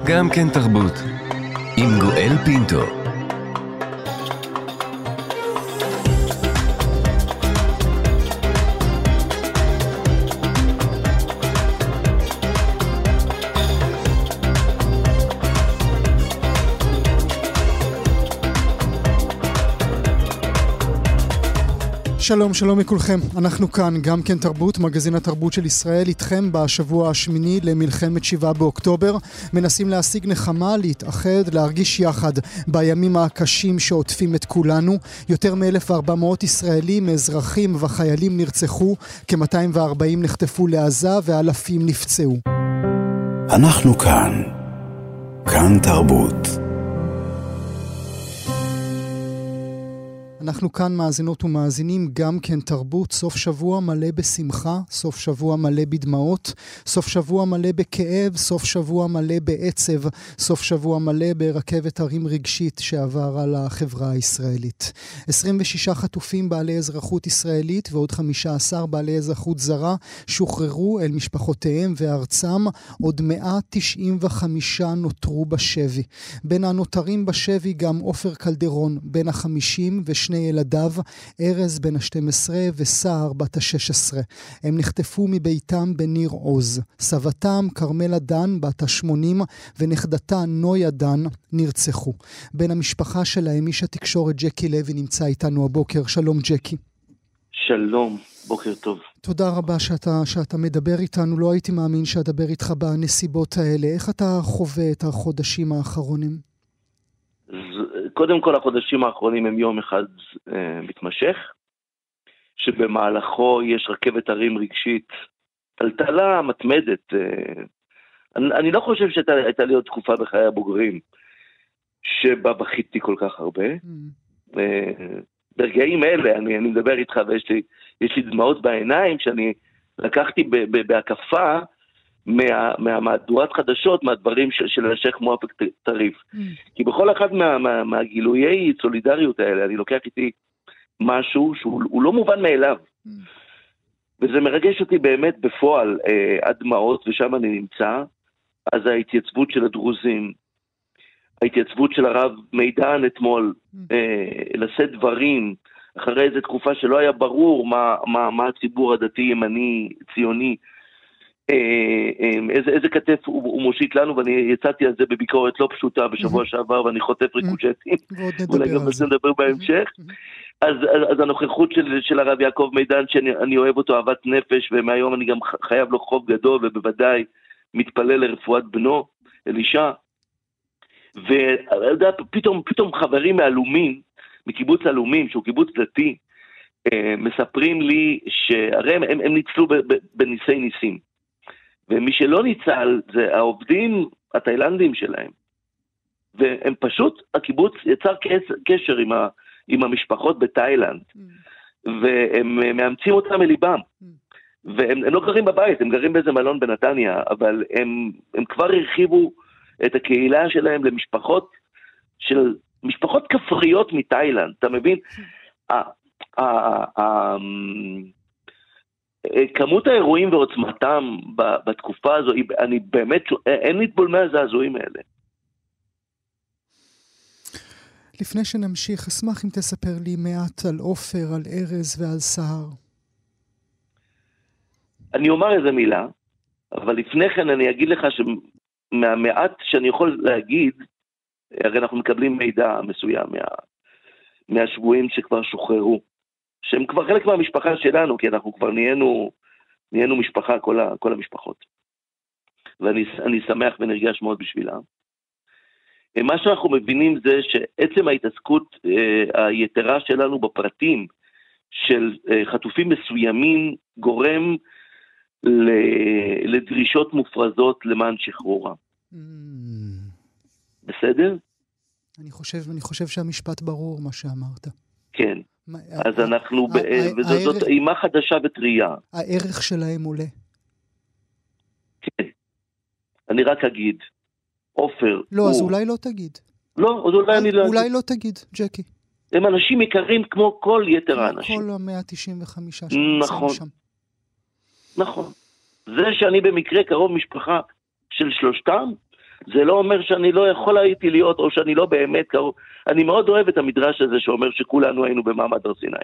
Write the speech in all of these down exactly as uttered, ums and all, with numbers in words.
גם כן תרבות, עם גואל פינטו. שלום, שלום לכולכם. אנחנו כאן, גם כן תרבות, מגזין התרבות של ישראל, איתכם בשבוע השמיני למלחמת שבעה באוקטובר. מנסים להשיג נחמה, להתאחד, להרגיש יחד בימים הקשים שעוטפים את כולנו. יותר מ-אלף וארבע מאות ישראלים, אזרחים וחיילים נרצחו, כ-מאתיים וארבעים נחטפו לעזה ואלפים נפצעו. אנחנו כאן, כאן תרבות. אנחנו כאן מאזינות ומאזינים, גם כן תרבות, סוף שבוע מלא בשמחה, סוף שבוע מלא בדמעות, סוף שבוע מלא בכאב, סוף שבוע מלא בעצב, סוף שבוע מלא ברכבת הרים רגשית שעבר על החברה הישראלית. עשרים ושישה חטופים בעלי אזרחות ישראלית ועוד חמישה עשר בעלי אזרחות זרה שוחררו אל משפחותיהם וארצם, עוד מאה תשעים וחמישה נותרו בשבי. בין הנותרים בשבי גם עופר קלדרון, בין החמישים ושני ילדיו, ארז בן ה-שתים עשרה וסער בת ה-שש עשרה. הם נחטפו מביתם בניר עוז. סבתם כרמלה דן בת ה-שמונים ונכדתה נויה דן נרצחו. בין המשפחה שלהם איש התקשורת ג'קי לוי נמצא איתנו הבוקר. שלום ג'קי. שלום, בוקר טוב. תודה רבה שאתה, שאתה מדבר איתנו. לא הייתי מאמין שאדבר איתך בנסיבות האלה. איך אתה חווה את החודשים האחרונים? קודם כל, החודשים האחרונים הם יום אחד אה, מתמשך, שבמהלכו יש רכבת הרים רגשית, טלטלה מתמדת. אה, אני, אני לא חושב שהייתה לי עוד תקופה בחיי הבוגרים, שבה בכיתי כל כך הרבה. Mm. אה, ברגעים אלה, אני, אני מדבר איתך ויש לי, יש לי דמעות בעיניים, שאני לקחתי ב, ב, בהקפה, מה, מהמהדורת חדשות, מהדברים של, של השייך מואפק טריף. Mm. כי בכל אחד מה, מה, מהגילויי סולידריות האלה, אני לוקח איתי משהו שהוא לא מובן מאליו. Mm. וזה מרגש אותי באמת בפועל אה, הדמעות, ושם אני נמצא. אז ההתייצבות של הדרוזים, ההתייצבות של הרב מידן אתמול, mm. אה, לשאת דברים, אחרי איזו תקופה שלא היה ברור מה, מה, מה הציבור הדתי, ימני, ציוני, איזה, איזה כתף הוא, הוא מושיט לנו, ואני יצאתי על זה בביקורת לא פשוטה בשבוע שעבר, ואני חוטף ריקושטים, ואולי גם בזה נדבר בהמשך. אז, אז, אז הנוכחות של, של הרב יעקב מידן, שאני אוהב אותו אהבת נפש, ומהיום אני גם חייב לו חוב גדול, ובוודאי מתפלל לרפואת בנו, אלישע. ופתאום פתאום חברים מאלומים, מקיבוץ אלומים, שהוא קיבוץ דתי, מספרים לי שהרי הם, הם, הם ניצלו בניסי ניסים. ומי שלא ניצל זה העובדים התאילנדים שלהם. והם פשוט, הקיבוץ יצר קשר עם, ה, עם המשפחות בתאילנד. Mm. והם מאמצים אותם מליבם. Mm. והם הם לא גרים בבית, הם גרים באיזה מלון בנתניה, אבל הם, הם כבר הרחיבו את הקהילה שלהם למשפחות של משפחות כפריות מתאילנד. אתה מבין? Mm. ה, ה, ה, כמות האירועים ועוצמתם בתקופה הזו, אני באמת, אין להתבול מהזעזועים האלה. לפני שנמשיך, אשמח אם תספר לי מעט על עופר, על ארז ועל סער. אני אומר איזה מילה, אבל לפני כן אני אגיד לך שמהמעט שאני יכול להגיד, הרי אנחנו מקבלים מידע מסוים מה, מהשבועים שכבר שוחררו. שהם כבר חלק מהמשפחה שלנו, כי אנחנו כבר נהיינו, נהיינו משפחה, כל, ה, כל המשפחות. ואני אני שמח ונרגש מאוד בשבילם. מה שאנחנו מבינים זה שעצם ההתעסקות אה, היתרה שלנו בפרטים של אה, חטופים מסוימים גורם ל, לדרישות מופרזות למען שחרורה. Mm. בסדר? אני חושב, אני חושב שהמשפט ברור מה שאמרת. כן. אז אנחנו, וזאת אימה חדשה וטריה. הערך שלהם עולה. כן. אני רק אגיד, עופר. לא, אז אולי לא תגיד. לא, אז אולי אני לא אגיד. אולי לא תגיד, ג'קי. הם אנשים יקרים כמו כל יתר האנשים. כל ה-מאה תשעים וחמישה שנמצאים שם. נכון. זה שאני במקרה קרוב משפחה של שלושתם, זה לא אומר שאני לא יכול הייתי להיות, או שאני לא באמת קרוב. אני מאוד אוהב את המדרש הזה שאומר שכולנו היינו במעמד הר סיני.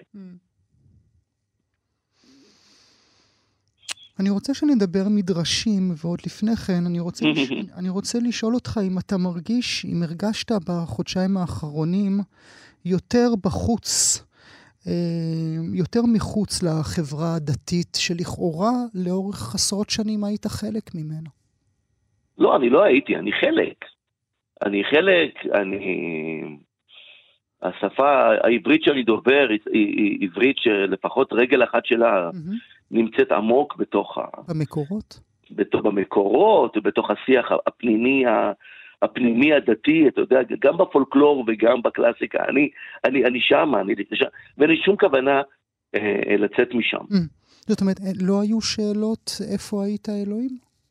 אני רוצה שנדבר מדרשים, ועוד לפני כן, אני רוצה, לש... אני רוצה לשאול אותך אם אתה מרגיש, אם הרגשת בחודשיים האחרונים, יותר בחוץ, יותר מחוץ לחברה הדתית, שלכאורה לאורך עשרות שנים היית חלק ממנו. לא, אני לא הייתי, אני חלק. אני חלק, אני... השפה העברית שאני דובר היא עברית שלפחות רגל אחת שלה נמצאת עמוק בתוך ה... במקורות? בתוך, במקורות, ובתוך השיח הפנימי, הפנימי הדתי, אתה יודע, גם בפולקלור וגם בקלאסיקה. אני, אני, אני שם, אני שם, ואין לי שום כוונה אה, לצאת משם. זאת אומרת, לא היו שאלות איפה היית אלוהים?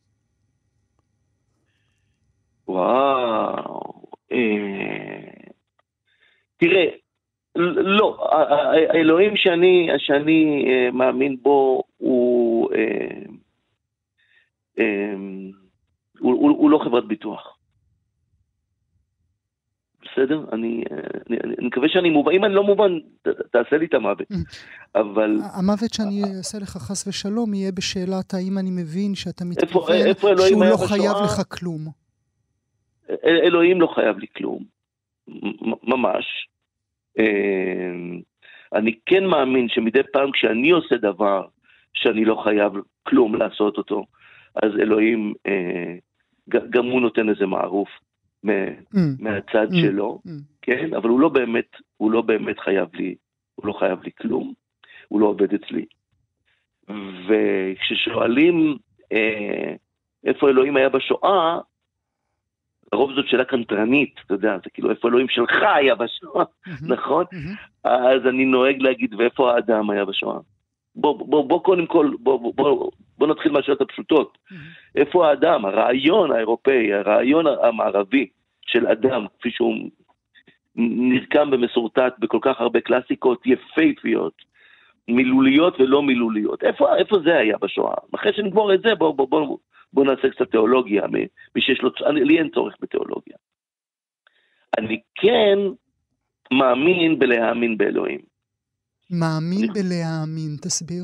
וואו, אה... תראה, לא, האלוהים שאני, שאני אה, מאמין בו הוא, אה, אה, הוא, הוא, הוא לא חברת ביטוח. בסדר? אני, אני, אני מקווה שאני מובן, אם אני לא מובן, ת, תעשה לי את המוות. אבל... המוות שאני אעשה לך חס ושלום יהיה בשאלת האם אני מבין שאתה מתכוון איפה, איפה שהוא לא בשואה? חייב לך כלום. אל, אלוהים לא חייב לי כלום. ממש. אני כן מאמין שמדי פעם כשאני עושה דבר שאני לא חייב כלום לעשות אותו, אז אלוהים גם הוא נותן איזה מערוף מהצד שלו, כן? אבל הוא לא באמת, הוא לא באמת חייב לי, הוא לא חייב לי כלום, הוא לא עובד אצלי. וכששואלים איפה אלוהים היה בשואה, הרוב זאת שאלה קנטרנית, אתה יודע, זה כאילו איפה אלוהים שלך היה בשואה, נכון? אז אני נוהג להגיד, ואיפה האדם היה בשואה? בוא קודם כל, בוא נתחיל מהשאלות הפשוטות. איפה האדם? הרעיון האירופאי, הרעיון המערבי של אדם, כפי שהוא נרקם במסורתת בכל כך הרבה קלאסיקות יפהפיות, מילוליות ולא מילוליות. איפה זה היה בשואה? אחרי שנגמור את זה, בוא, בוא, בוא, בוא נעשה קצת תיאולוגיה, מי שיש לו, לי אין צורך בתיאולוגיה. אני כן מאמין בלהאמין באלוהים. מאמין אני... בלהאמין, תסביר.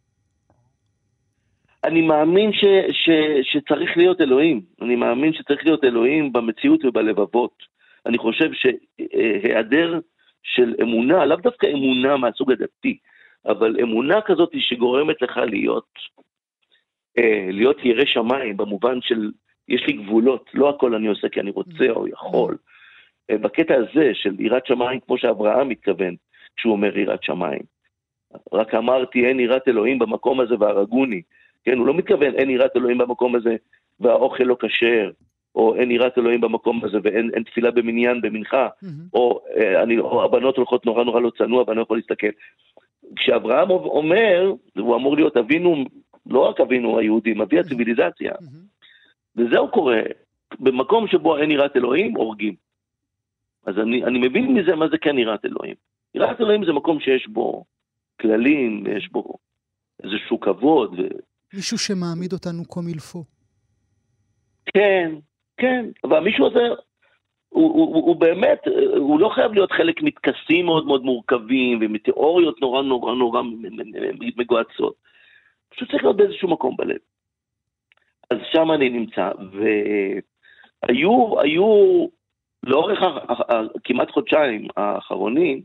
אני מאמין ש, ש, שצריך להיות אלוהים. אני מאמין שצריך להיות אלוהים במציאות ובלבבות. אני חושב שהיעדר של אמונה, לאו דווקא אמונה מהסוג הדתי, אבל אמונה כזאת שגורמת לך להיות, להיות ירא שמיים, במובן של, יש לי גבולות, לא הכל אני עושה כי אני רוצה או יכול. בקטע הזה של יראת שמיים, כמו שאברהם מתכוון, כשהוא אומר יראת שמיים. רק אמרתי, אין יראת אלוהים במקום הזה והרגוני. כן, הוא לא מתכוון, אין יראת אלוהים במקום הזה והאוכל לא כשר, או אין יראת אלוהים במקום הזה ואין אין תפילה במניין, במנחה, mm-hmm. או, אני, או הבנות הולכות נורא נורא לא צנוע, ואני לא יכול להסתכל. כשאברהם אומר, הוא אמור להיות אבינו, לא רק אבינו היהודים, אבי הציביליזציה. Mm-hmm. וזהו קורה, במקום שבו אין יראת אלוהים, הורגים. אז אני, אני מבין מזה מה זה כן יראת אלוהים. יראת אלוהים זה מקום שיש בו כללים, יש בו איזשהו כבוד. ו... מישהו שמעמיד אותנו קומילפו. כן, כן, אבל המישהו הזה, הוא, הוא, הוא, הוא באמת, הוא לא חייב להיות חלק מתכסים מאוד מאוד מורכבים, ומתיאוריות נורא נורא נורא מגועצות. פשוט צריך להיות באיזשהו מקום בלב. אז שם אני נמצא, והיו, היו, לאורך כמעט חודשיים האחרונים,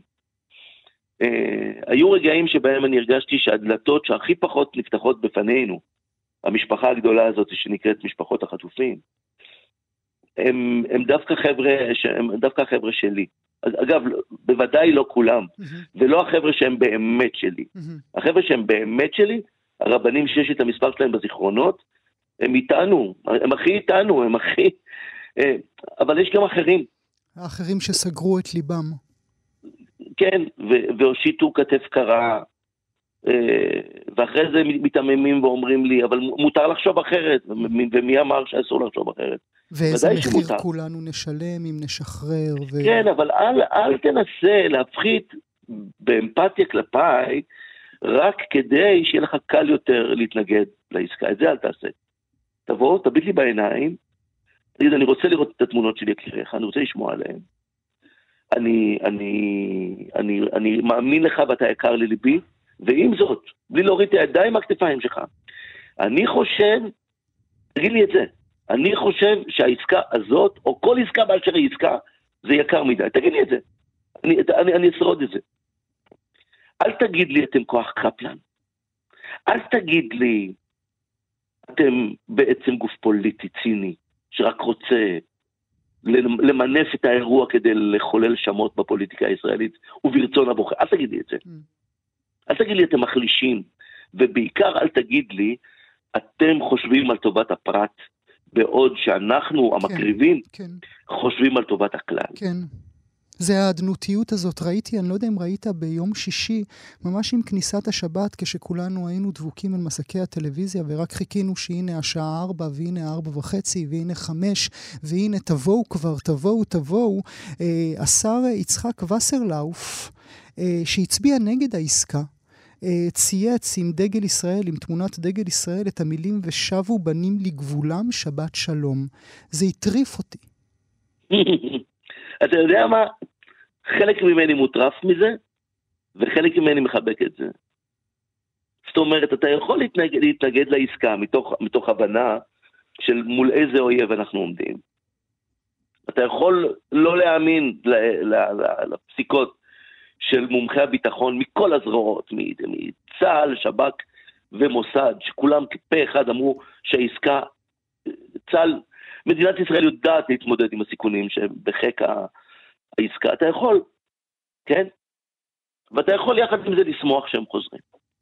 היו רגעים שבהם אני הרגשתי שהדלתות שהכי פחות נפתחות בפנינו, המשפחה הגדולה הזאת שנקראת משפחות החטופים, הם, הם דווקא חבר'ה, הם דווקא החבר'ה שלי. אגב, בוודאי לא כולם, mm-hmm. ולא החבר'ה שהם באמת שלי. Mm-hmm. החבר'ה שהם באמת שלי, הרבנים שיש את המספר שלהם בזיכרונות, הם איתנו, הם הכי איתנו, הם הכי... אבל יש גם אחרים. האחרים שסגרו את ליבם. כן, והושיטו כתף קרה, ואחרי זה מתעממים ואומרים לי, אבל מותר לחשוב אחרת, ומי אמר שאסור לחשוב אחרת? ואיזה מחיר שמותר. כולנו נשלם אם נשחרר. ו... כן, אבל אל, אל תנסה להפחית באמפתיה כלפיי, רק כדי שיהיה לך קל יותר להתנגד לעסקה. את זה אל תעשה. תבוא, תביט לי בעיניים, תגיד, אני רוצה לראות את התמונות של יקיריך, אני רוצה לשמוע עליהן. אני, אני, אני, אני מאמין לך ואתה יקר לליבי, ועם זאת, בלי להוריד את הידיים מהכתפיים שלך, אני חושב, תגיד לי את זה, אני חושב שהעסקה הזאת, או כל עסקה באשר היא עסקה, זה יקר מדי. תגיד לי את זה. אני, אני, אני אשרוד את זה. אל תגיד לי אתם כוח קפלן. אל תגיד לי אתם בעצם גוף פוליטי ציני, שרק רוצה למנף את האירוע כדי לחולל שמות בפוליטיקה הישראלית, וברצון הבוחר. אל תגיד לי את זה. אל תגיד לי אתם מחלישים, ובעיקר אל תגיד לי, אתם חושבים על טובת הפרט, בעוד שאנחנו, המקריבים, כן, כן. חושבים על טובת הכלל. כן. זה האדנותיות הזאת. ראיתי, אני לא יודע אם ראית ביום שישי, ממש עם כניסת השבת, כשכולנו היינו דבוקים על מסקי הטלוויזיה, ורק חיכינו שהנה השעה ארבע, והנה ארבע וחצי, והנה חמש, והנה תבואו כבר, תבואו, תבואו. אה, השר יצחק וסרלאוף, אה, שהצביע נגד העסקה, צייץ עם דגל ישראל, עם תמונת דגל ישראל, את המילים ושבו בנים לגבולם שבת שלום. זה הטריף אותי. אתה יודע מה? חלק ממני מוטרף מזה, וחלק ממני מחבק את זה. זאת אומרת, אתה יכול להתנגד, להתנגד לעסקה מתוך, מתוך הבנה של מול איזה אויב אנחנו עומדים. אתה יכול לא להאמין לפסיקות של מומחי הביטחון מכל הזרועות, מצה"ל, שב"כ ומוסד, שכולם פה אחד אמרו שהעסקה, צה"ל, מדינת ישראל יודעת להתמודד עם הסיכונים שבחק העסקה. אתה יכול, כן? ואתה יכול יחד עם זה לשמוח שהם חוזרים.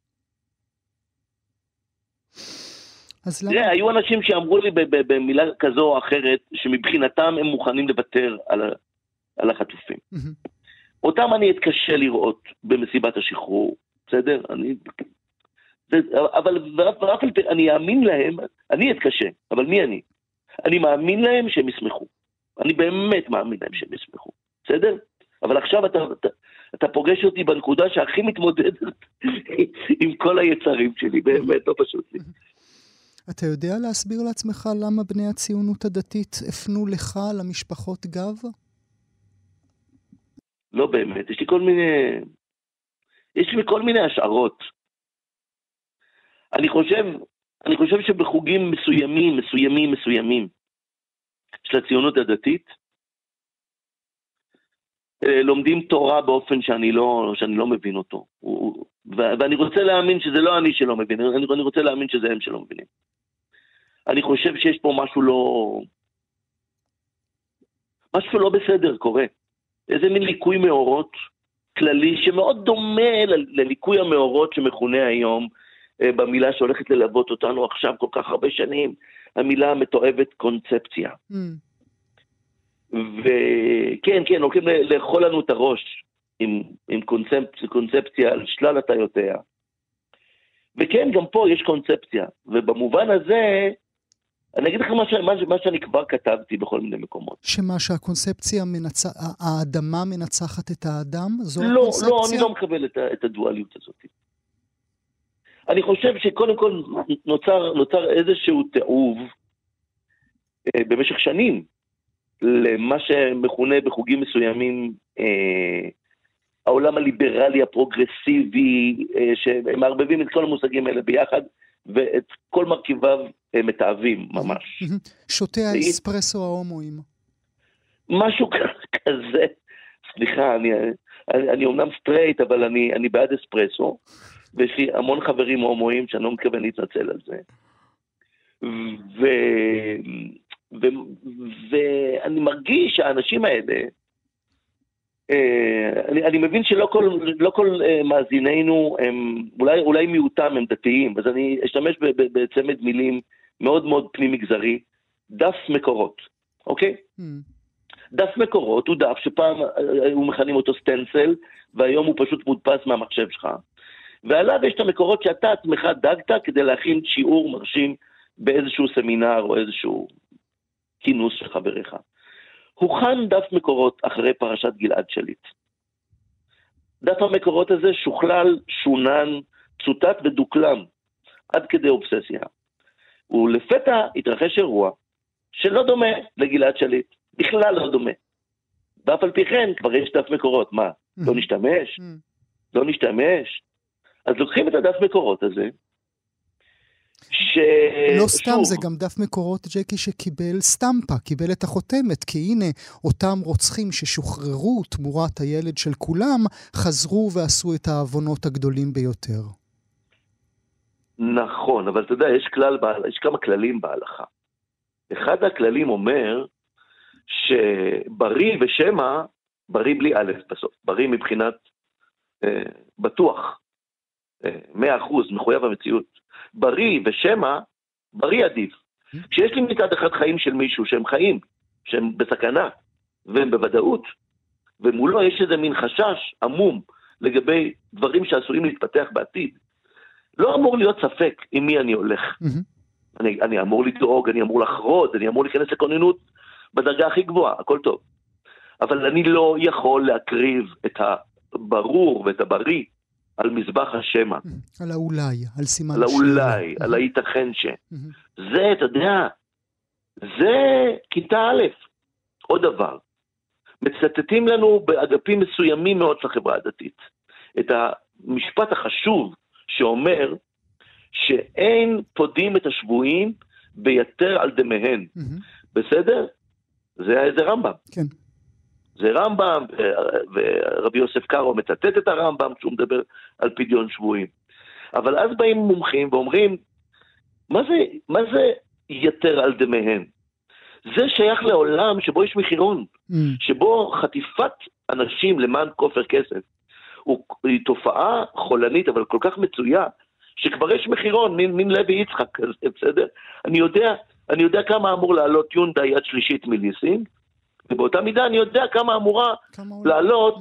אז תראה, היו אנשים שאמרו לי במילה כזו או אחרת, שמבחינתם הם מוכנים לוותר על החטופים. אותם אני אתקשה לראות במסיבת השחרור, בסדר? אני, אבל אני אאמין להם, אני אתקשה, אבל מי אני? אני מאמין להם שהם ישמחו. אני באמת מאמין להם שהם ישמחו, בסדר? אבל עכשיו אתה, אתה, אתה פוגש אותי בנקודה שהכי מתמודדת עם כל היצרים שלי, באמת לא פשוט לי. אתה יודע להסביר לעצמך למה בני הציונות הדתית הפנו לך למשפחות גב? לא באמת, יש לי כל מיני, יש לי כל מיני השערות. אני חושב, אני חושב שבחוגים מסוימים, מסוימים, מסוימים, של הציונות הדתית, לומדים תורה באופן שאני לא, שאני לא מבין אותו. ואני רוצה להאמין שזה לא אני שלא מבין, אני רוצה להאמין שזה הם שלא מבינים. אני חושב שיש פה משהו לא, משהו לא בסדר קורה. איזה מין ליקוי מאורות כללי, שמאוד דומה לליקוי המאורות שמכונה היום, במילה שהולכת ללוות אותנו עכשיו כל כך הרבה שנים, המילה המתואבת קונספציה. Mm. וכן, כן, הולכים לאכול לנו את הראש עם, עם קונספציה, קונספציה על שלל הטיותיה. וכן, גם פה יש קונספציה, ובמובן הזה, אני אגיד לך מה, ש... מה שאני כבר כתבתי בכל מיני מקומות. שמה שהקונספציה, מנצ... האדמה מנצחת את האדם? זו לא, הקונספציה? לא, אני לא מקבל את, ה... את הדואליות הזאת. אני חושב שקודם כל נוצר, נוצר איזשהו תיעוב אה, במשך שנים, למה שמכונה בחוגים מסוימים, אה, העולם הליברלי, הפרוגרסיבי, אה, שמערבבים את כל המושגים האלה ביחד, ואת כל מרכיביו אה, מתאהבים ממש. שותי האספרסו ההומואים. משהו כזה. סליחה, אני, אני, אני אומנם סטרייט, אבל אני, אני בעד אספרסו, ויש לי המון חברים הומואים שאני לא מתכוון להתנצל על זה. ו... ו... ואני מרגיש שהאנשים האלה, אני, אני מבין שלא כל, לא כל מאזינינו הם, אולי, אולי מיעוטם הם דתיים, אז אני אשתמש בצמד מילים מאוד מאוד פנים מגזרי, דף מקורות, אוקיי? Mm. דף מקורות הוא דף שפעם היו מכנים אותו סטנסל, והיום הוא פשוט מודפס מהמחשב שלך. ועליו יש את המקורות שאתה עצמך דגת כדי להכין שיעור מרשים באיזשהו סמינר או איזשהו כינוס של חבריך. הוכן דף מקורות אחרי פרשת גלעד שליט. דף המקורות הזה שוכלל, שונן, צוטט ודוקלם, עד כדי אובססיה. ולפתע התרחש אירוע שלא דומה לגלעד שליט, בכלל לא דומה. ואף על פי כן, כבר יש דף מקורות, מה? לא נשתמש? לא נשתמש? אז לוקחים את הדף מקורות הזה, ש... לא סתם, זה גם דף מקורות, ג'קי, שקיבל סטמפה, קיבל את החותמת, כי הנה, אותם רוצחים ששוחררו תמורת הילד של כולם, חזרו ועשו את העוונות הגדולים ביותר. נכון, אבל אתה יודע, יש כלל, יש כמה כללים בהלכה. אחד הכללים אומר, שבריא ושמה, בריא בלי א' בסוף, בריא מבחינת אה, בטוח, אה, מאה אחוז מחויב המציאות, בריא ושמה, בריא עדיף. כשיש לי מצד אחד חיים של מישהו שהם חיים, שהם בסכנה, והם בוודאות, ומולו יש איזה מין חשש עמום לגבי דברים שעשויים להתפתח בעתיד, לא אמור להיות ספק עם מי אני הולך. אני, אני אמור לדאוג, אני אמור לחרוד, אני אמור להיכנס לכוננות בדרגה הכי גבוהה, הכל טוב. אבל אני לא יכול להקריב את הברור ואת הבריא על מזבח השמה. על האולי, על סימן על האולי, על הייתכן ש. זה, אתה יודע, זה כיתה א'. עוד דבר, מצטטים לנו באגפים מסוימים מאוד של החברה הדתית, את המשפט החשוב שאומר שאין פודים את השבויים ביתר על דמיהן. בסדר? זה, זה רמב"ם. כן. זה רמב"ם, ורבי יוסף קארו מצטט את הרמב"ם כשהוא מדבר על פדיון שבויים. אבל אז באים מומחים ואומרים, מה זה, מה זה יתר על דמיהן? זה שייך לעולם שבו יש מחירון, mm. שבו חטיפת אנשים למען כופר כסף, היא תופעה חולנית, אבל כל כך מצויה, שכבר יש מחירון, מין, מין לוי יצחק, בסדר? אני יודע, אני יודע כמה אמור לעלות יונדאי יד שלישית מליסינג, ובאותה מידה אני יודע כמה אמורה לעלות,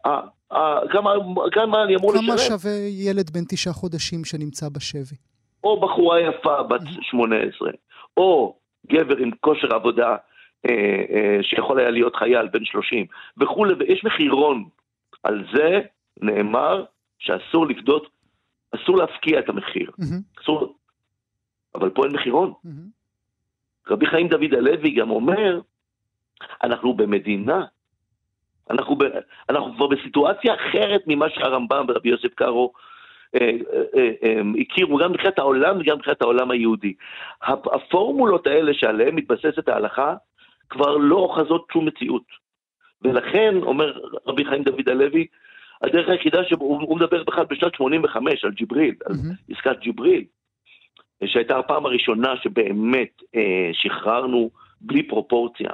כמה אני אמור לשלם. כמה שווה ילד בן תשעה חודשים שנמצא בשבי? או בחורה יפה בת שמונה עשרה, או גבר עם כושר עבודה שיכול היה להיות חייל בן שלושים, וכו', ויש מחירון. על זה נאמר שאסור לפדות, אסור להפקיע את המחיר. אסור, אבל פה אין מחירון. רבי חיים דוד הלוי גם אומר, אנחנו במדינה, אנחנו, ב, אנחנו כבר בסיטואציה אחרת ממה שהרמב"ם ורבי יוסף קארו אה, אה, אה, הכירו, גם מבחינת העולם וגם מבחינת העולם היהודי. הפורמולות האלה שעליהן מתבססת ההלכה, כבר לא אוחזות שום מציאות. ולכן, אומר רבי חיים דוד הלוי, הדרך היחידה שהוא מדבר בכלל בשנת שמונים וחמש על ג'יבריל, על עסקת ג'יבריל, שהייתה הפעם הראשונה שבאמת אה, שחררנו בלי פרופורציה.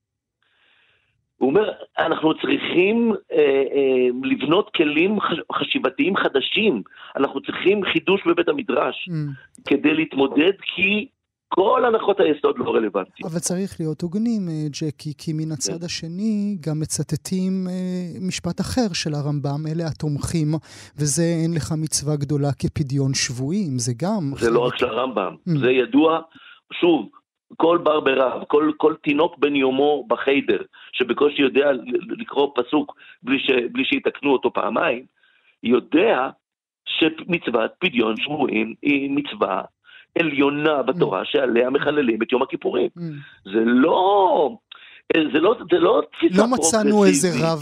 הוא אומר, אנחנו צריכים אה, אה, לבנות כלים חשיבתיים חדשים, אנחנו צריכים חידוש בבית המדרש, mm. כדי להתמודד, כי כל הנחות היסוד לא רלוונטיות. אבל צריך להיות הוגנים, ג'קי, כי מן הצד השני גם מצטטים משפט אחר של הרמב"ם, אלה התומכים, וזה אין לך מצווה גדולה כפדיון שבויים, זה גם... זה לא רק של הרמב"ם, זה ידוע, שוב, כל בר ברב, כל, כל תינוק בן יומו בחיידר, שבקושי יודע לקרוא פסוק בלי, ש, בלי שיתקנו אותו פעמיים, יודע שמצוות פדיון שבויים היא מצווה עליונה בתורה שעליה מחללים את יום הכיפורים. זה לא... זה לא, זה לא תפיסה לא מצאנו איזה רב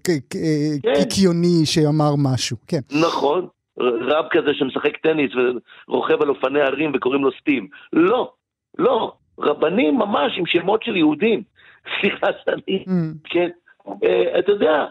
קיקיוני שאמר משהו, כן. נכון, רב כזה שמשחק טניס ורוכב על אופני הרים וקוראים לו סטיב. לא, לא, רבנים ממש עם שמות של יהודים. סליחה שאני, כן. אתה יודע,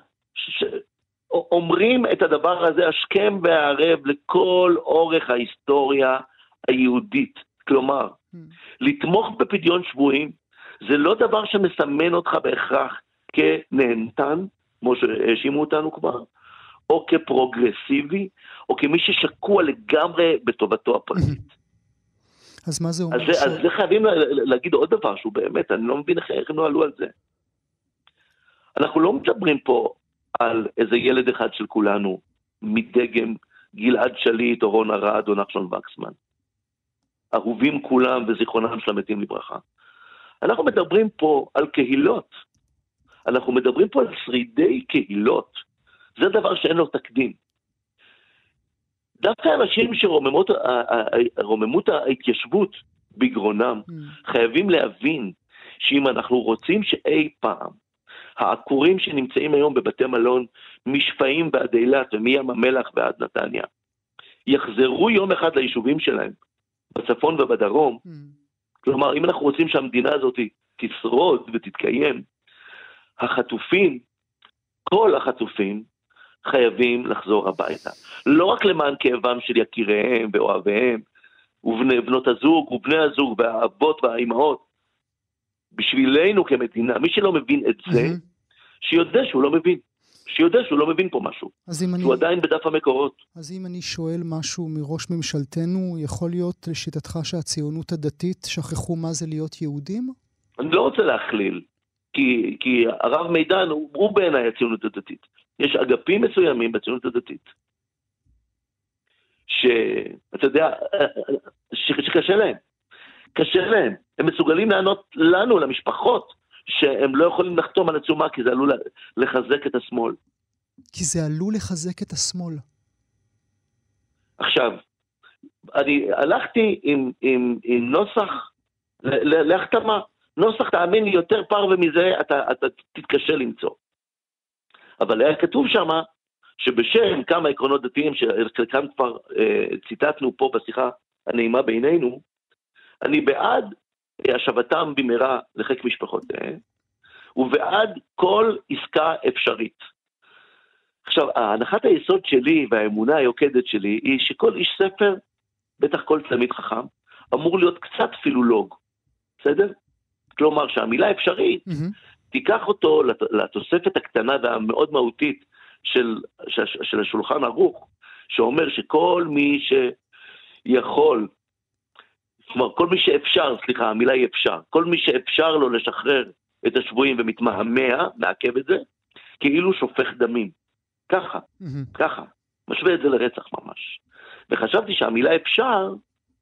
אומרים את הדבר הזה השכם והערב לכל אורך ההיסטוריה היהודית. כלומר, לתמוך בפדיון שבויים, זה לא דבר שמסמן אותך בהכרח כנהנתן, כמו שהאשימו אותנו כבר, או כפרוגרסיבי, או כמי ששקוע לגמרי בטובתו הפרטית. אז מה זה אומר? אז, ש... אז זה חייבים להגיד עוד דבר שהוא באמת, אני לא מבין איך הם לא עלו על זה. אנחנו לא מדברים פה על איזה ילד אחד של כולנו, מדגם גלעד שליט, או רון ארד, או נחשון וקסמן. אהובים כולם וזיכרונם של המתים לברכה. אנחנו מדברים פה על קהילות. אנחנו מדברים פה על שרידי קהילות. זה דבר שאין לו תקדים. דווקא אנשים שרוממות ההתיישבות בגרונם, חייבים להבין שאם אנחנו רוצים שאי פעם, העקורים שנמצאים היום בבתי מלון, משפעים ועד אילת ומים המלח ועד נתניה, יחזרו יום אחד ליישובים שלהם, בצפון ובדרום, mm. כלומר, אם אנחנו רוצים שהמדינה הזאת תשרוד ותתקיים, החטופים, כל החטופים, חייבים לחזור הביתה. לא רק למען כאבם של יקיריהם ואוהביהם, ובנות הזוג ובני הזוג והאבות והאימהות, בשבילנו כמדינה, מי שלא מבין את זה, mm-hmm. שיודע שהוא לא מבין. שיודע שהוא לא מבין פה משהו. שהוא אני... עדיין בדף המקורות. אז אם אני שואל משהו מראש ממשלתנו, יכול להיות לשיטתך שהציונות הדתית שכחו מה זה להיות יהודים? אני לא רוצה להכליל, כי, כי הרב מידן הוא, הוא בעיניי הציונות הדתית. יש אגפים מסוימים בציונות הדתית, שאתה יודע, ש, שקשה להם. קשה להם. הם מסוגלים לענות לנו, למשפחות, שהם לא יכולים לחתום על עצומה, כי זה עלול לחזק את השמאל. כי זה עלול לחזק את השמאל. עכשיו, אני הלכתי עם, עם, עם נוסח להחתמה. נוסח, תאמין לי, יותר פרווה מזה, אתה, אתה תתקשה למצוא. אבל היה כתוב שם, שבשם כמה עקרונות דתיים, שחלקם כבר אה, ציטטנו פה בשיחה הנעימה בינינו, אני בעד השבתם במהרה לחיק משפחותיהם, ובעד כל עסקה אפשרית. עכשיו, הנחת היסוד שלי והאמונה היוקדת שלי היא שכל איש ספר, בטח כל תלמיד חכם, אמור להיות קצת פילולוג. בסדר? כלומר שהמילה אפשרית, mm-hmm. תיקח אותו לתוספת הקטנה והמאוד מהותית של, של, של השולחן ערוך, שאומר שכל מי שיכול, כלומר, כל מי שאפשר, סליחה, המילה היא אפשר, כל מי שאפשר לו לשחרר את השבויים ומתמהמה, מעכב את זה, כאילו שופך דמים. ככה, mm-hmm. ככה. משווה את זה לרצח ממש. וחשבתי שהמילה אפשר,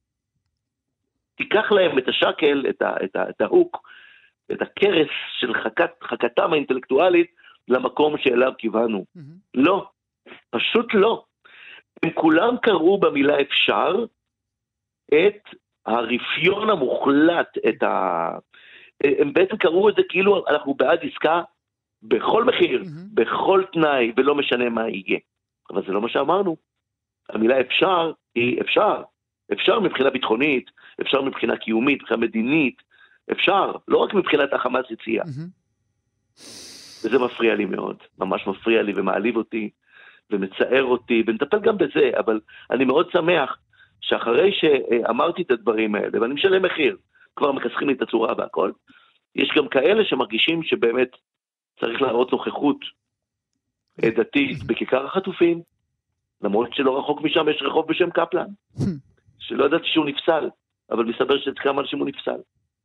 תיקח להם את השקל, את, ה, את, ה, את ההוק, את הקרס של חכת, חכתם האינטלקטואלית, למקום שאליו כיוונו. Mm-hmm. לא, פשוט לא. הם כולם קראו במילה אפשר, את הרפיון המוחלט, את ה... הם בעצם קראו את זה כאילו אנחנו בעד עסקה בכל מחיר, mm-hmm. בכל תנאי, ולא משנה מה יהיה. אבל זה לא מה שאמרנו. המילה אפשר היא אפשר. אפשר מבחינה ביטחונית, אפשר מבחינה קיומית, מבחינה מדינית, אפשר, לא רק מבחינת החמאס יציאה. Mm-hmm. וזה מפריע לי מאוד, ממש מפריע לי ומעליב אותי, ומצער אותי, ונטפל גם בזה, אבל אני מאוד שמח, שאחרי שאמרתי את הדברים האלה, ואני משלם מחיר, כבר מכסחים לי את הצורה והכל, יש גם כאלה שמרגישים שבאמת צריך להראות נוכחות דתית בכיכר החטופים, למרות שלא רחוק משם יש רחוב בשם קפלן, שלא ידעתי שהוא נפסל, אבל מסתבר שכמה אנשים הוא נפסל.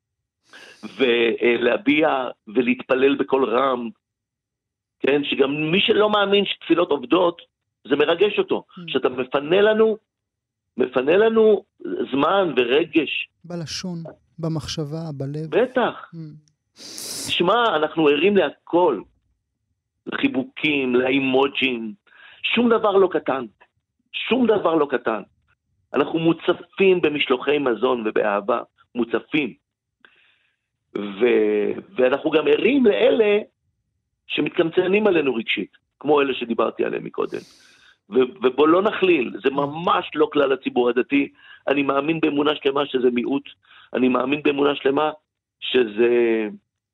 ולהביע ולהתפלל בכל רם, כן, שגם מי שלא מאמין שתפילות עובדות, זה מרגש אותו, שאתה מפנה לנו, מפנה לנו זמן ורגש. בלשון, במחשבה, בלב. בטח. תשמע, אנחנו ערים להכל, לחיבוקים, לאימוג'ים, שום דבר לא קטן, שום דבר לא קטן. אנחנו מוצפים במשלוחי מזון ובאהבה, מוצפים. ו... ואנחנו גם ערים לאלה שמתקמצנים עלינו רגשית, כמו אלה שדיברתי עליהם מקודם. ו... ובוא לא נכליל, זה ממש לא כלל הציבור הדתי. אני מאמין באמונה שלמה שזה מיעוט, אני מאמין באמונה שלמה שזה,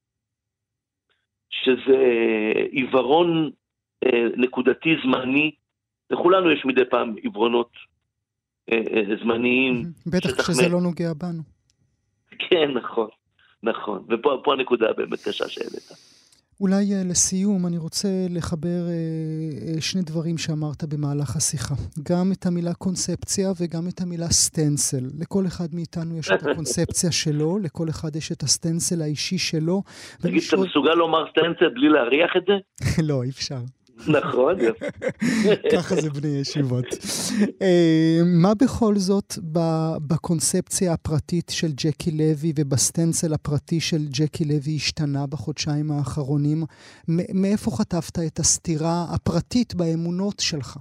שזה עיוורון אה, נקודתי זמני, לכולנו יש מדי פעם עיוורונות זמניים. בטח כשזה לא נוגע בנו. כן, נכון, נכון. ופה הנקודה באמת קשה שהעלית. אולי לסיום אני רוצה לחבר שני דברים שאמרת במהלך השיחה. גם את המילה קונספציה וגם את המילה סטנסל. לכל אחד מאיתנו יש את הקונספציה שלו, לכל אחד יש את הסטנסל האישי שלו. תגיד, אתה מסוגל לומר סטנסל בלי להריח את זה? לא, אי אפשר. נכון, יפה. ככה זה בני ישיבות. מה בכל זאת בקונספציה הפרטית של ג'קי לוי ובסטנסל הפרטי של ג'קי לוי השתנה בחודשיים האחרונים? מאיפה חטפת את הסתירה הפרטית באמונות שלך?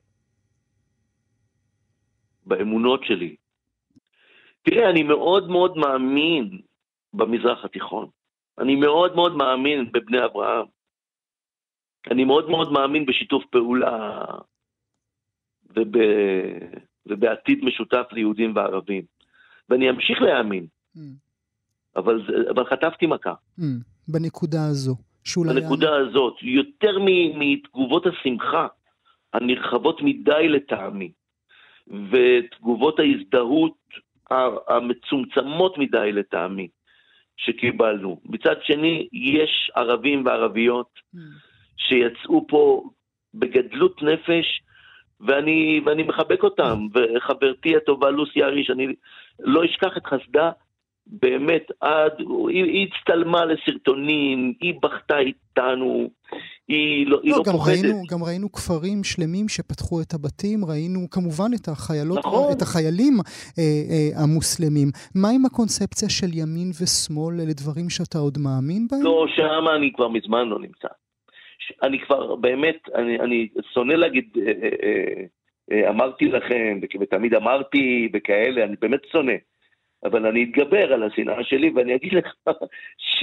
באמונות שלי. תראה, אני מאוד מאוד מאמין במזרח התיכון. אני מאוד מאוד מאמין בבני אברהם. אני מאוד מאוד מאמין בשיתוף פעולה וב... ובעתיד משותף ליהודים וערבים. ואני אמשיך להאמין. Mm. אבל, אבל חטפתי מכה. Mm. בנקודה הזו. בנקודה היה... הזאת. יותר מתגובות השמחה הנרחבות מדי לטעמי. ותגובות ההזדהות המצומצמות מדי לטעמי שקיבלנו. מצד שני, יש ערבים וערביות mm. שיצאו פה בגדלות נפש, ואני, ואני מחבק אותם, וחברתי הטובה לוסי אריש, אני לא אשכח את חסדה, באמת, עד, היא, היא הצטלמה לסרטונים, היא בכתה איתנו, היא לא, לא, היא לא גם פוחדת. ראינו, גם ראינו כפרים שלמים שפתחו את הבתים, ראינו כמובן את החיילות, נכון. את החיילים אה, אה, המוסלמים. מה עם הקונספציה של ימין ושמאל, אלה דברים שאתה עוד מאמין בהם? לא, שם אני כבר מזמן לא נמצא. אני כבר באמת, אני, אני שונא להגיד, אה, אה, אה, אמרתי לכם, ותמיד אמרתי וכאלה, אני באמת שונא. אבל אני אתגבר על השנאה שלי, ואני אגיד לך ש...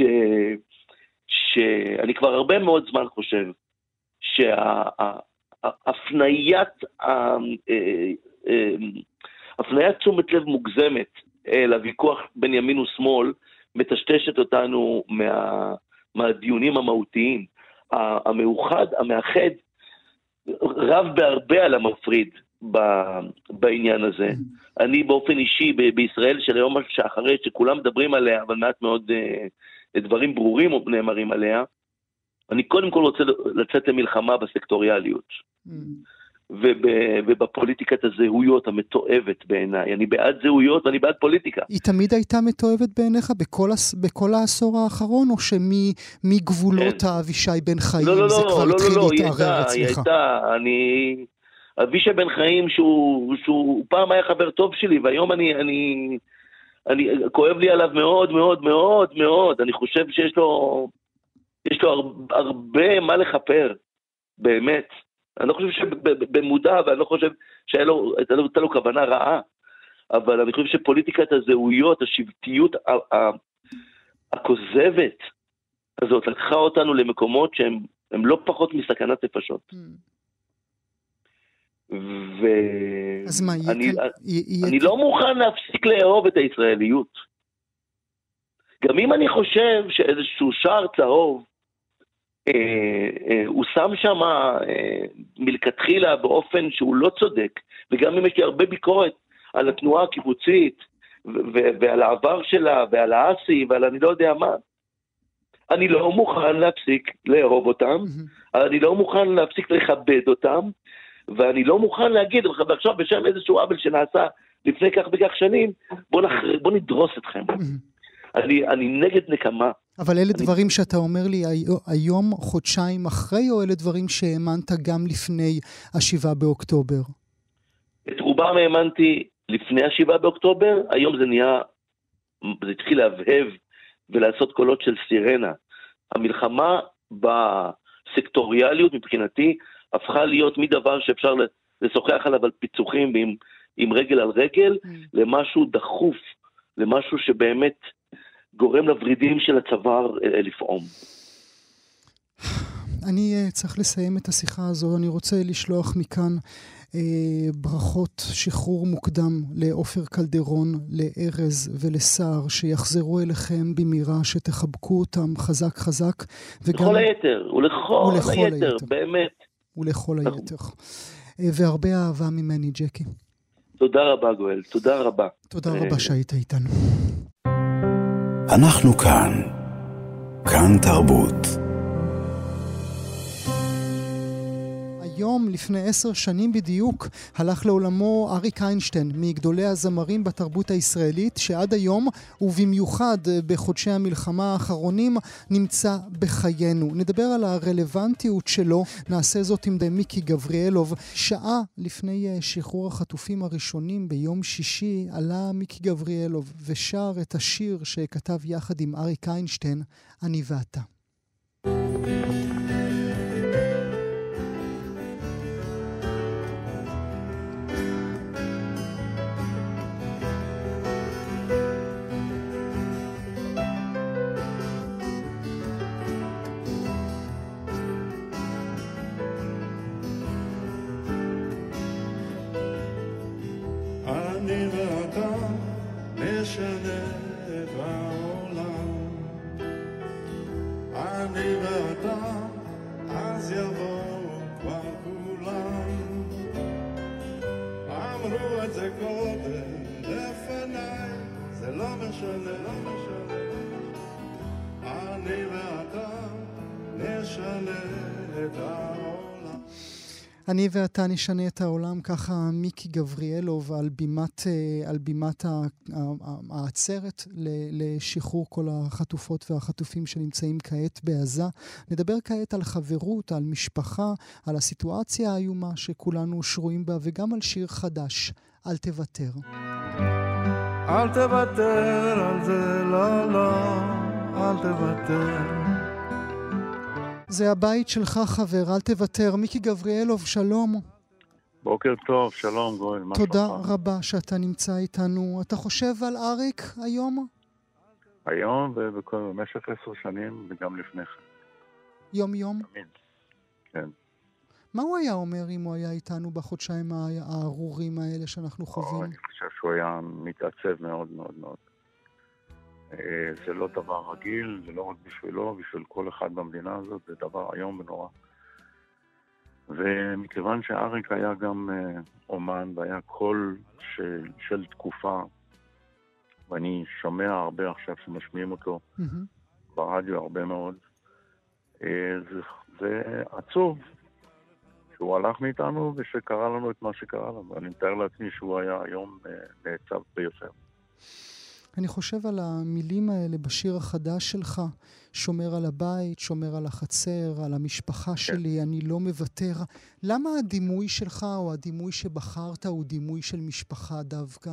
שאני כבר הרבה מאוד זמן חושב שההפניית הפניית תשומת לב מוגזמת לוויכוח בין ימין ושמאל, מטשטשת אותנו מה, מהדיונים המהותיים. המאוחד, המאחד, רב בהרבה על המפריד בעניין הזה. אני באופן אישי ב- בישראל של היום שאחרי שכולם מדברים עליה, אבל מעט מאוד uh, דברים ברורים נאמרים עליה, אני קודם כל רוצה לצאת למלחמה בסקטוריאליות. Mm. וב- ובפוליטיקת הזהויות המתועבת בעיניי. אני בעד זהויות ואני בעד פוליטיקה. היא תמיד הייתה מתועבת בעיניך בכל, בכל העשור האחרון, או שמגבולות כן. האבישי בן חיים לא, לא, זה לא, כבר לא, התחיל לא, לא, להתערער אצלך? היא הייתה, אני... אבישי בן חיים שהוא, שהוא פעם היה חבר טוב שלי, והיום אני, אני, אני, כואב לי עליו מאוד מאוד מאוד מאוד, אני חושב שיש לו, יש לו הרבה, הרבה מה לחפר, באמת. אני לא חושב שבמודע, ואני לא חושב שהייתה לו, הייתה לו כוונה רעה, אבל אני חושב שפוליטיקת הזהויות, השבטיות הכוזבת הזאת, לקחה אותנו למקומות שהם הם לא פחות מסכנת נפשות. ואני אני לא מוכן להפסיק לאהוב את הישראליות. גם אם אני חושב שאיזשהו שער צהוב אה, אה, הוא שם שם אה, מלכתחילה באופן שהוא לא צודק, וגם אם יש לי הרבה ביקורת על התנועה הקיבוצית ו- ועל העבר שלה ועל האסי ועל אני לא יודע מה, אני לא מוכן להפסיק לאהוב אותם, אני לא מוכן להפסיק לכבד אותם, ואני לא מוכן להגיד, ועכשיו בשם איזשהו עוול שנעשה לפני כך וכך שנים, בוא, נח... בוא נדרוס אתכם. אני, אני נגד נקמה. אבל אלה אני... דברים שאתה אומר לי היום, חודשיים אחרי, או אלה דברים שהאמנת גם לפני השבעה באוקטובר? את רובם האמנתי לפני השבעה באוקטובר, היום זה נהיה, זה התחיל להבהב ולעשות קולות של סירנה. המלחמה בסקטוריאליות מבחינתי, הפכה להיות מדבר שאפשר לשוחח עליו על פיצוחים עם, עם רגל על רגל, mm. למשהו דחוף, למשהו שבאמת גורם לברידים של הצוואר לפעום. אני צריך לסיים את השיחה הזו, אני רוצה לשלוח מכאן אה, ברכות שחרור מוקדם לאופר קלדרון, לארז ולסער, שיחזרו אליכם במהרה, שתחבקו אותם חזק חזק. וגם... לכל היתר, ולכל, ולכל היתר, היתר, באמת. ולכל היתר. והרבה אהבה ממני, ג'קי. תודה רבה, גואל, תודה רבה. תודה רבה שהיית איתנו. אנחנו כאן, כאן תרבות. היום, לפני עשר שנים בדיוק, הלך לעולמו אריק איינשטיין, מגדולי הזמרים בתרבות הישראלית, שעד היום, ובמיוחד בחודשי המלחמה האחרונים, נמצא בחיינו. נדבר על הרלוונטיות שלו, נעשה זאת עם מיקי גבריאלוב. שעה לפני שחרור החטופים הראשונים ביום שישי, עלה מיקי גבריאלוב ושר את השיר שכתב יחד עם אריק איינשטיין, אני ואתה. אני ואתה, אז יבואו כבר כולם. אמרו את זה קודם לפניי, זה לא משנה, לא משנה. אני ואתה נשנה את העולם. אני ואתה נשנה את העולם, ככה מיקי גבריאלוב על בימת, על בימת העצרת לשחרור כל החטופות והחטופים שנמצאים כעת בעזה. נדבר כעת על חברות, על משפחה, על הסיטואציה האיומה שכולנו שרויים בה, וגם על שיר חדש, אל תוותר. אל תוותר על זה, לא, לא, אל תוותר. זה הבית שלך, חבר, אל תוותר. מיקי גבריאלוב, שלום. בוקר טוב, שלום גואל. תודה רבה שאתה נמצא איתנו. אתה חושב על אריק היום? היום ובמשך עשר שנים וגם לפני כן. יום יום? תמיד, כן. מה הוא היה אומר אם הוא היה איתנו בחודשיים הארורים האלה שאנחנו חווים? אני חושב שהוא היה מתעצב מאוד מאוד מאוד. זה לא דבר רגיל, זה לא רק בשבילו, בשביל כל אחד במדינה הזאת, זה דבר היום ונורא. ומכיוון שאריק היה גם אומן והיה קול של, של תקופה, ואני שומע הרבה עכשיו שמשמיעים אותו mm-hmm. ברדיו הרבה מאוד, זה, זה עצוב שהוא הלך מאיתנו ושקרה לנו את מה שקרה לנו. אני מתאר לעצמי שהוא היה היום נעצב ביותר. אני חושב על המילים האלה בשיר החדש שלך, שומר על הבית, שומר על החצר, על המשפחה שלי, אני לא מוותר. למה הדימוי שלך או הדימוי שבחרת הוא דימוי של משפחה דווקא?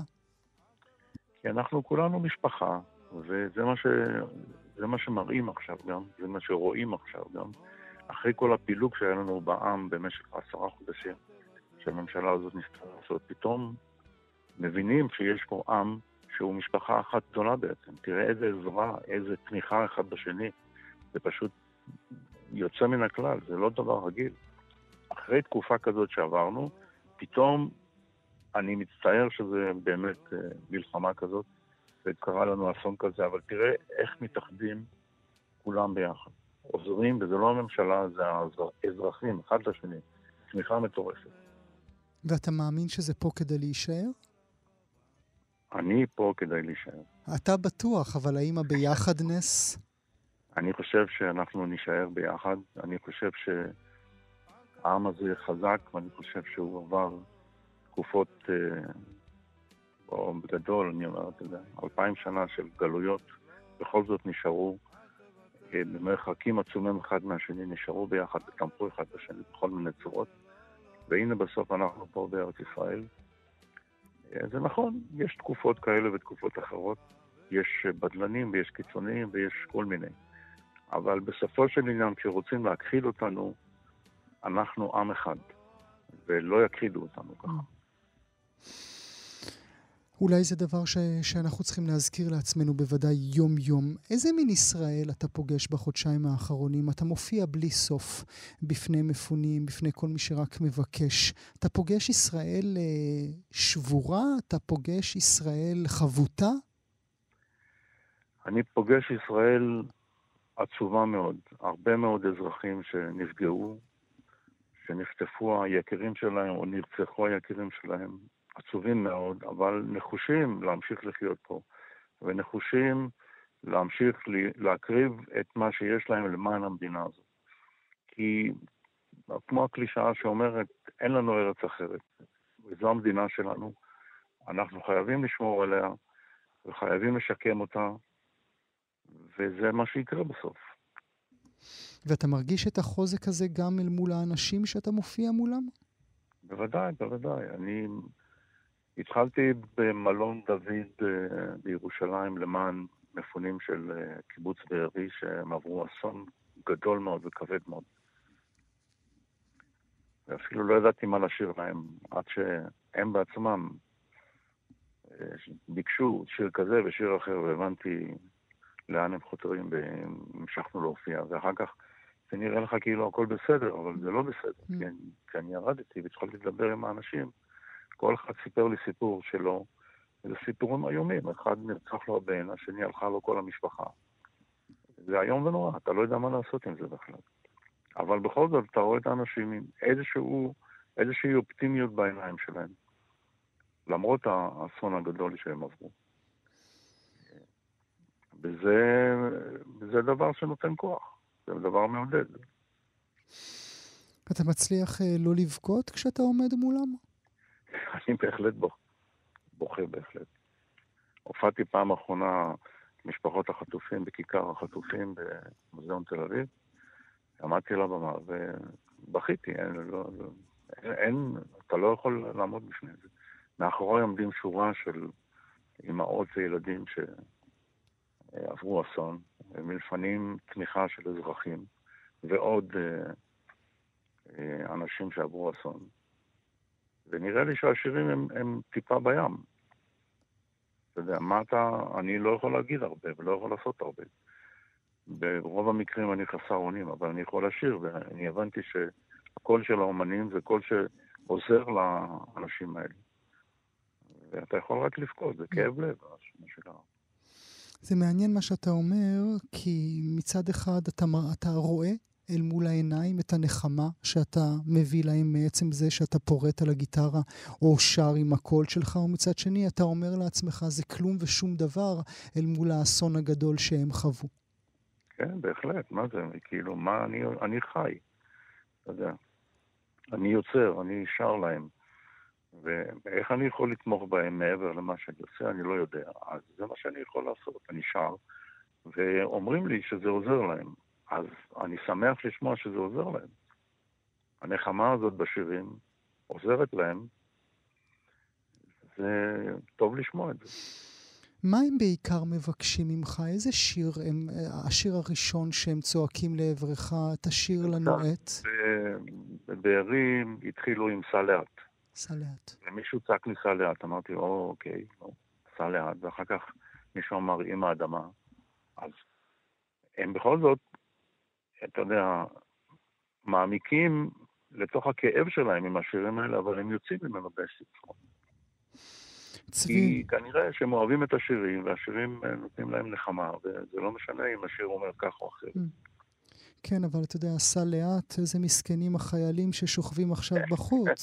כי אנחנו כולנו משפחה, וזה מה ש... זה מה שמראים עכשיו גם, זה מה שרואים עכשיו גם. אחרי כל הפילוג שהיה לנו בעם במשך עשרה חודשים, שהממשלה הזאת ניסתה לעשות, פתאום מבינים שיש פה עם שהוא משפחה אחת גדולה בעצם. תראה איזה עזרה, איזה תמיכה אחד בשני. זה פשוט יוצא מן הכלל, זה לא דבר רגיל. אחרי תקופה כזאת שעברנו, פתאום אני מצטער שזה באמת uh, מלחמה כזאת, וקרה לנו אסון כזה, אבל תראה איך מתאחדים כולם ביחד. עוזרים, וזה לא הממשלה, זה האזרחים, אחד לשני. תמיכה מטורפת. ואתה מאמין שזה פה כדי להישאר? אני פה כדי להישאר. אתה בטוח, אבל האם הביחדנס? אני חושב שאנחנו נשאר ביחד. אני חושב שהעם הזה חזק, ואני חושב שהוא עבר תקופות, או בגדול, אני אומר את זה, אלפיים שנה של גלויות, בכל זאת נשארו, במרחקים עצומים אחד מהשני, נשארו ביחד, ותמכו אחד בשני בכל מיני צורות. והנה בסוף אנחנו פה בארץ ישראל. זה נכון, יש תקופות כאלה ותקופות אחרות, יש בדלנים ויש קיצוניים ויש כל מיני. אבל בסופו של עניין, כשרוצים להכחיד אותנו, אנחנו עם אחד, ולא יכחידו אותנו ככה. אולי זה דבר ש... שאנחנו צריכים להזכיר לעצמנו בוודאי יום יום. איזה מין ישראל אתה פוגש בחודשיים האחרונים? אתה מופיע בלי סוף בפני מפונים, בפני כל מי שרק מבקש. אתה פוגש ישראל שבורה? אתה פוגש ישראל חבוטה? אני פוגש ישראל עצובה מאוד. הרבה מאוד אזרחים שנפגעו, שנחטפו היקירים שלהם או נרצחו היקירים שלהם. עצובים מאוד, אבל נחושים להמשיך לחיות פה, ונחושים להמשיך להקריב את מה שיש להם למען המדינה הזאת. כי כמו הקלישאה שאומרת, אין לנו ארץ אחרת, וזו המדינה שלנו, אנחנו חייבים לשמור עליה, וחייבים לשקם אותה, וזה מה שיקרה בסוף. ואתה מרגיש את החוזק הזה גם אל מול האנשים שאתה מופיע מולם? בוודאי, בוודאי. אני... התחלתי במלון דוד בירושלים למען מפונים של קיבוץ בארי שהם עברו אסון גדול מאוד וכבד מאוד. ואפילו לא ידעתי מה לשיר להם, עד שהם בעצמם ביקשו שיר כזה ושיר אחר, והבנתי לאן הם חותרים והמשכנו להופיע. ואחר כך זה נראה לך כאילו הכל בסדר, אבל זה לא בסדר, mm. כי, כי אני ירדתי והתחלתי לדבר עם האנשים. כל אחד סיפר לי סיפור שלו, זה סיפורים איומים, אחד נרצח לו הבן, השני הלכה לו כל המשפחה. זה היום ונורא, אתה לא יודע מה לעשות עם זה בכלל. אבל בכל זאת, אתה רואה את האנשים עם איזשהו, איזושהי אופטימיות בעיניים שלהם. למרות האסון הגדול שהם עברו. וזה, זה דבר שנותן כוח. זה דבר מעודד. אתה מצליח לא לבכות כשאתה עומד מולם? אני בהחלט בוח, בוכה בהחלט. הופעתי פעם אחרונה משפחות החטופים בכיכר החטופים במוזיאון תל אביב. עמדתי לבמה ובכיתי. אין, לא, אין, אין, אתה לא יכול לעמוד בפני זה. מאחורי עומדים שורה של אמהות וילדים שעברו אסון, מלפנים תמיכה של אזרחים, ועוד אנשים שעברו אסון. ונראה לי שהשירים הם, הם טיפה בים. אתה יודע, מה אתה, אני לא יכול להגיד הרבה ולא יכול לעשות הרבה. ברוב המקרים אני חסר אונים, אבל אני יכול לשיר, ואני הבנתי שהקול של האומנים זה קול שעוזר לאנשים האלה. ואתה יכול רק לבכות, זה כאב לב. זה מעניין מה שאתה אומר, כי מצד אחד אתה, אתה רואה אל מול העיניים את הנחמה שאתה מביא להם מעצם זה שאתה פורט על הגיטרה או שר עם הקול שלך, ומצד שני אתה אומר לעצמך זה כלום ושום דבר אל מול האסון הגדול שהם חוו. כן, בהחלט, מה זה? כאילו, מה אני, אני חי, אתה יודע. אני יוצר, אני שר להם. ואיך אני יכול לתמוך בהם מעבר למה שאני עושה, אני לא יודע. אז זה מה שאני יכול לעשות, אני שר, ואומרים לי שזה עוזר להם. אז אני שמח לשמוע שזה עוזר להם. הנחמה הזאת בשירים עוזרת להם, זה טוב לשמוע את זה. מה הם בעיקר מבקשים ממך? איזה שיר הם, השיר הראשון שהם צועקים לעברך, תשיר לנו את? בבארי התחילו עם סע לאט. סע לאט. ומישהו צעק לי סע לאט, אמרתי, או, אוקיי, סע לאט, ואחר כך מישהו אמר עם האדמה. אז הם בכל זאת, אתה יודע, מעמיקים לתוך הכאב שלהם עם השירים האלה, אבל הם יוצאים ממנו בספרו. צבי. כי כנראה שהם אוהבים את השירים, והשירים נותנים להם נחמה, וזה לא משנה אם השיר אומר כך או אחר. כן, אבל אתה יודע, עשה לאט, איזה מסכנים החיילים ששוכבים עכשיו בחוץ.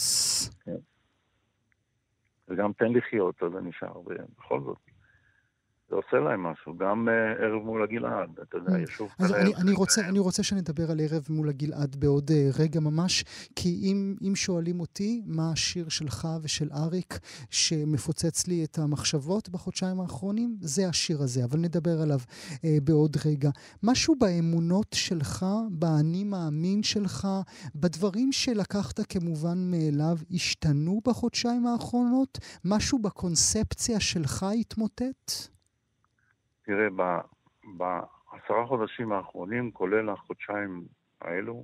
וגם תן לחיות, אז זה נשאר, ובכל זאת. זה עושה להם משהו, גם uh, ערב מול הגלעד, אתה יודע, ישוב... אז אני, אני, רוצה, אני רוצה שנדבר על ערב מול הגלעד בעוד uh, רגע ממש, כי אם, אם שואלים אותי מה השיר שלך ושל אריק שמפוצץ לי את המחשבות בחודשיים האחרונים, זה השיר הזה, אבל נדבר עליו uh, בעוד רגע. משהו באמונות שלך, באני מאמין שלך, בדברים שלקחת כמובן מאליו, השתנו בחודשיים האחרונות? משהו בקונספציה שלך התמוטט? תראה, בעשרה חודשים האחרונים, כולל החודשיים האלו,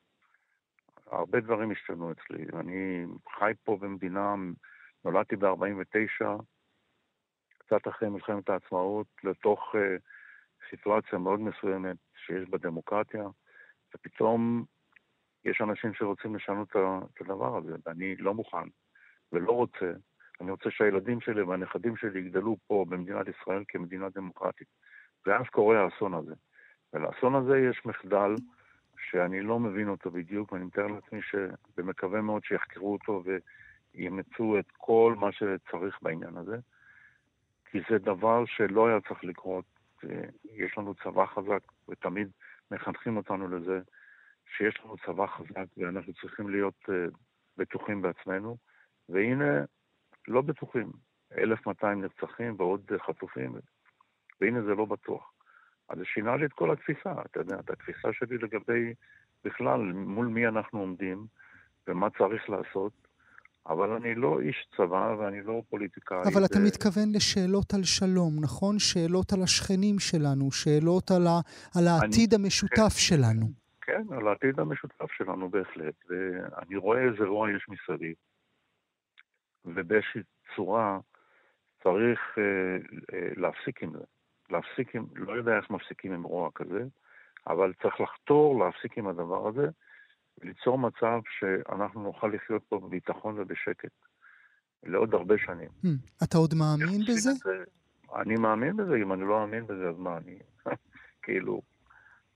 הרבה דברים השתנו אצלי. אני חי פה במדינה, נולדתי ב-ארבעים ותשע, קצת אחרי מלחמת העצמאות, לתוך uh, סיטואציה מאוד מסוימת שיש בדמוקרטיה, ופתאום יש אנשים שרוצים לשנות את הדבר הזה, ואני לא מוכן ולא רוצה. אני רוצה שהילדים שלי והנכדים שלי יגדלו פה במדינת ישראל כמדינה דמוקרטית. ואז קורה האסון הזה. ולאסון הזה יש מחדל שאני לא מבין אותו בדיוק, ואני מתאר לעצמי שבמקווה מאוד שיחקרו אותו וימצאו את כל מה שצריך בעניין הזה. כי זה דבר שלא היה צריך לקרות. יש לנו צבא חזק, ותמיד מחנכים אותנו לזה, שיש לנו צבא חזק ואנחנו צריכים להיות בטוחים בעצמנו. והנה, לא בטוחים. אלף מאתיים נרצחים ועוד חטופים, והנה זה לא בטוח. אז זה שינה לי את כל התפיסה, אתה יודע, את התפיסה שלי לגבי בכלל, מול מי אנחנו עומדים, ומה צריך לעשות, אבל אני לא איש צבא ואני לא פוליטיקאי. אבל ו... אתה מתכוון לשאלות על שלום, נכון? שאלות על השכנים שלנו, שאלות על, ה... על העתיד אני... המשותף כן, שלנו. כן, על העתיד המשותף שלנו בהחלט, ואני רואה איזה רוע יש מסביב. ובאיזושהי צורה צריך אה, אה, להפסיק עם זה. להפסיק עם, לא יודע איך מפסיקים עם רוע כזה, אבל צריך לחתור להפסיק עם הדבר הזה, וליצור מצב שאנחנו נוכל לחיות פה בביטחון ובשקט. לעוד הרבה שנים. אתה עוד מאמין בזה? אני מאמין בזה, אם אני לא מאמין בזה, אז מה אני... כאילו,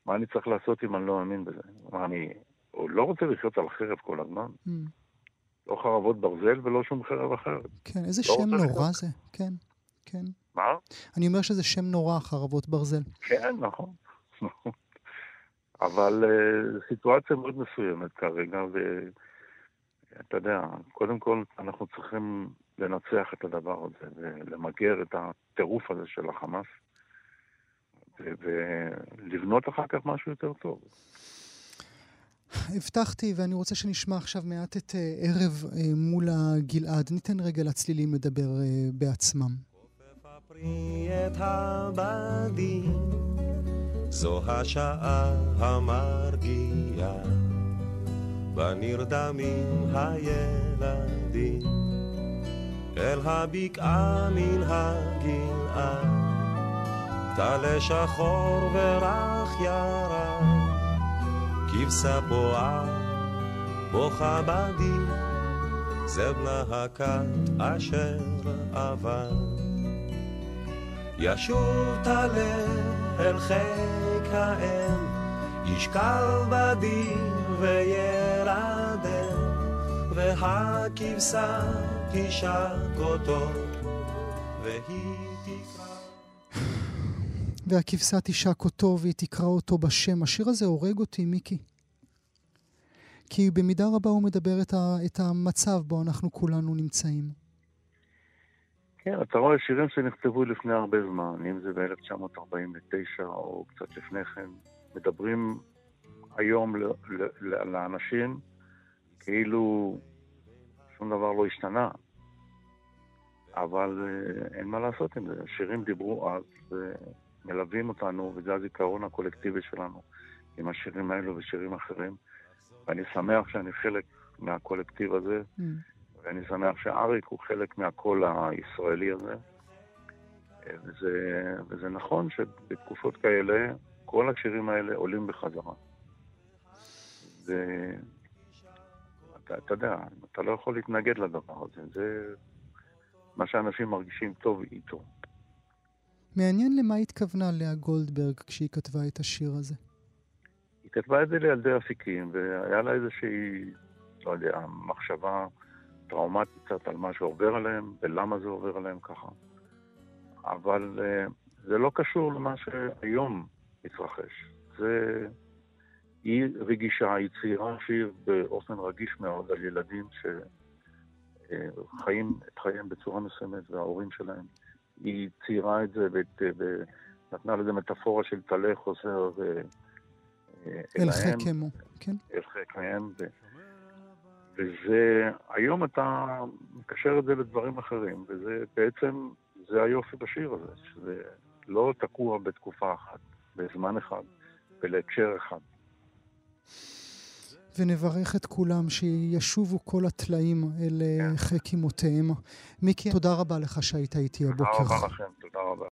מה אני צריך לעשות אם אני לא מאמין בזה? מה, אני לא רוצה לחיות על חרב כל הזמן. Mm. לא חרבות ברזל ולא שום חרב אחרת. כן, איזה לא שם נורא לחיות. זה. כן, כן. מה? אני אומר שזה שם נורא, חרבות ברזל. כן, נכון. אבל uh, סיטואציה מאוד מסוימת כרגע, ואתה יודע, קודם כל אנחנו צריכים לנצח את הדבר הזה, ולמגר את הטירוף הזה של החמאס, ולבנות אחר כך משהו יותר טוב. הבטחתי, ואני רוצה שנשמע עכשיו מעט את ערב מול הגלעד. ניתן רגע לצלילים לדבר בעצמם. את הבדים, זו השעה המרגיעה, בנרדמים הילדים, אל הבקעה מן הגלעד, תלה שחור ורח ירד, כבשה פועה בוכה בדים, זה בנה הכת אשר עבר. ישוב תלה אל חיק האם, ישכב בדיר וירדם, והכבשה תשק אותו, והיא תקרא... והכבשה תשק אותו והיא תקרא אותו בשם. השיר הזה הורג אותי, מיקי. כי במידה רבה הוא מדבר את, ה, את המצב בו אנחנו כולנו נמצאים. כן, אתה רואה שירים שנכתבו לפני הרבה זמן, אם זה ב-אלף תשע מאות ארבעים ותשע או קצת לפני כן, מדברים היום ל- ל- לאנשים כאילו שום דבר לא השתנה. אבל אין מה לעשות עם זה. שירים דיברו אז ומלווים אותנו, וזה הזיכרון הקולקטיבי שלנו עם השירים האלו ושירים אחרים. ואני שמח שאני חלק מהקולקטיב הזה, mm. ואני שמח שאריק הוא חלק מהקול הישראלי הזה. וזה, וזה נכון שבתקופות כאלה, כל השירים האלה עולים בחזרה. זה, אתה, אתה יודע, אתה לא יכול להתנגד לדבר הזה. זה מה שאנשים מרגישים טוב איתו. מעניין למה התכוונה לאה גולדברג כשהיא כתבה את השיר הזה. היא כתבה את זה לילדי אפיקים, והיה לה איזושהי, לא יודע, מחשבה טראומטית קצת על מה שעובר עליהם, ולמה זה עובר עליהם ככה. אבל uh, זה לא קשור למה שהיום מתרחש. זה... היא רגישה, היא ציירה שיר באופן רגיש מאוד על ילדים שחיים את חייהם בצורה מסוימת, וההורים שלהם. היא ציירה את זה ונתנה לזה מטאפורה של תלה חוזר אל חכמו, כן? אל חכם. וזה, היום אתה מקשר את זה לדברים אחרים, וזה בעצם, זה היופי בשיר הזה, שזה לא תקוע בתקופה אחת, בזמן אחד, ולהקשר אחד. ונברך את כולם שישובו כל הטלאים אל חיק אמותיהם. מיקי, תודה רבה לך שהיית איתי הבוקר. תודה רבה לכם, תודה רבה.